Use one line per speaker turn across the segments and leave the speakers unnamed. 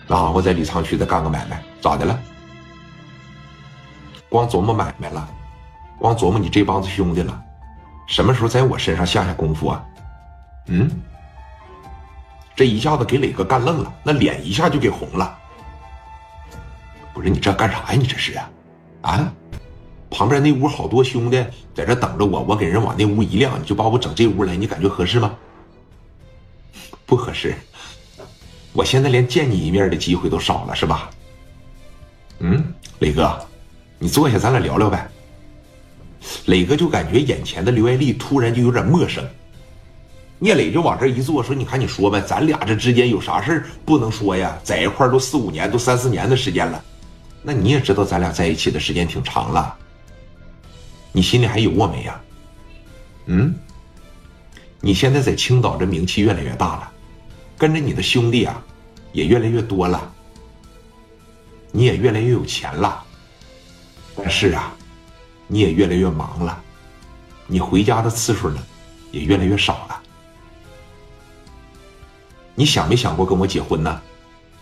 啊，我在李沧区再干个买卖，咋的了？光琢磨买卖了，光琢磨你这帮子兄弟了，什么时候在我身上下功夫啊？这一下子给磊哥干愣了，那脸一下就给红了。不是你这干啥呀？你这是啊？啊？旁边那屋好多兄弟在这等着我，我给人往那屋一晾，你就把我整这屋来，你感觉合适吗？不合适。我现在连见你一面的机会都少了，是吧？磊哥，你坐下，咱俩聊聊呗。磊哥就感觉眼前的刘爱丽突然就有点陌生。聂磊就往这一坐，说：“你看，你说呗，咱俩这之间有啥事不能说呀？在一块都4、5年，都3、4年的时间了。那你也知道，咱俩在一起的时间挺长了。你心里还有我没呀？你现在在青岛这名气越来越大了，跟着你的兄弟啊，也越来越多了，你也越来越有钱了。但是啊，你也越来越忙了，你回家的次数呢，也越来越少了。你想没想过跟我结婚呢？”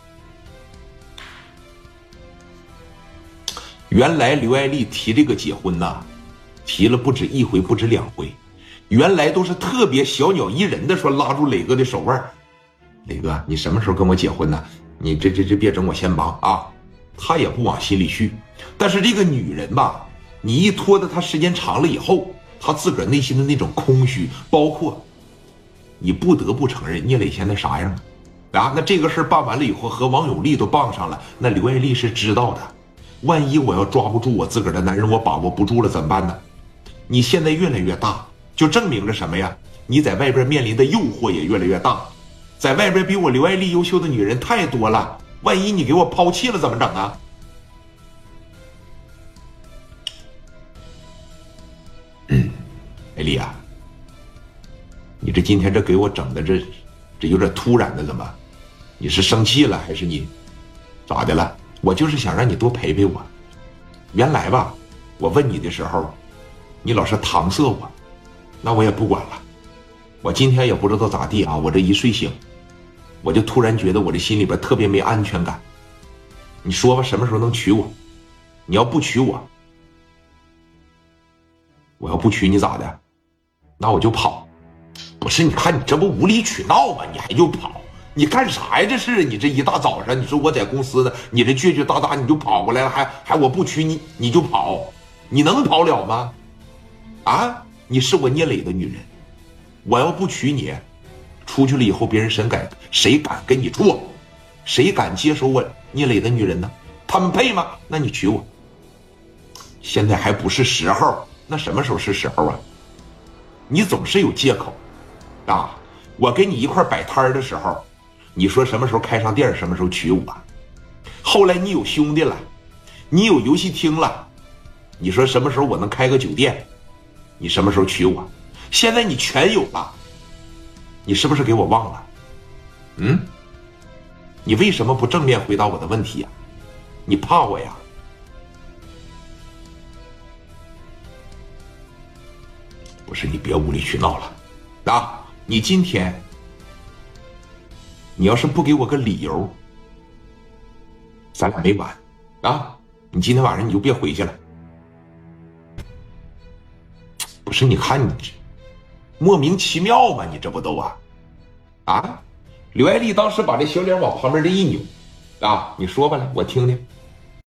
原来刘爱丽提这个结婚呢，提了不止1回，不止2回，原来都是特别小鸟依人的说拉住磊哥的手腕：“磊哥，你什么时候跟我结婚呢？你这别整我先忙啊。”他也不往心里去，但是这个女人吧，你一拖的她时间长了以后，她自个儿内心的那种空虚，包括你不得不承认聂磊现在啥样啊？那这个事儿办完了以后，和王永利都傍上了，那刘爱丽是知道的。万一我要抓不住我自个儿的男人，我把握不住了怎么办呢？你现在越来越大，就证明着什么呀？你在外边面临的诱惑也越来越大，在外边比我刘爱丽优秀的女人太多了，万一你给我抛弃了怎么整啊？爱丽啊，你这今天这给我整的这有点突然的，怎么？你是生气了还是你咋的了？我就是想让你多陪陪我。原来吧，我问你的时候，你老是搪塞我，那我也不管了。我今天也不知道咋地啊，我这一睡醒，我就突然觉得我这心里边特别没安全感。你说吧，什么时候能娶我？你要不娶我，我要不娶你咋的？那我就跑。不是，你看你这不无理取闹吗？你还就跑？你干啥呀？这是你这一大早上，你说我在公司呢，你这倔倔哒哒你就跑过来了，还我不娶你你就跑，你能跑了吗？啊，你是我聂磊的女人，我要不娶你，出去了以后别人谁敢跟你处？谁敢接手我聂磊的女人呢？他们配吗？那你娶我。现在还不是时候，那什么时候是时候啊？你总是有借口啊！我跟你一块摆摊的时候，你说什么时候开上店，什么时候娶我？后来你有兄弟了，你有游戏厅了，你说什么时候我能开个酒店？你什么时候娶我？现在你全有了，你是不是给我忘了？你为什么不正面回答我的问题呀？你怕我呀？不是，你别无理取闹了啊！你今天你要是不给我个理由，咱俩没完啊！你今天晚上你就别回去了。不是，你看你这莫名其妙吗？你这不都啊？刘爱丽当时把这小脸往旁边这一扭啊，你说吧来，我听听。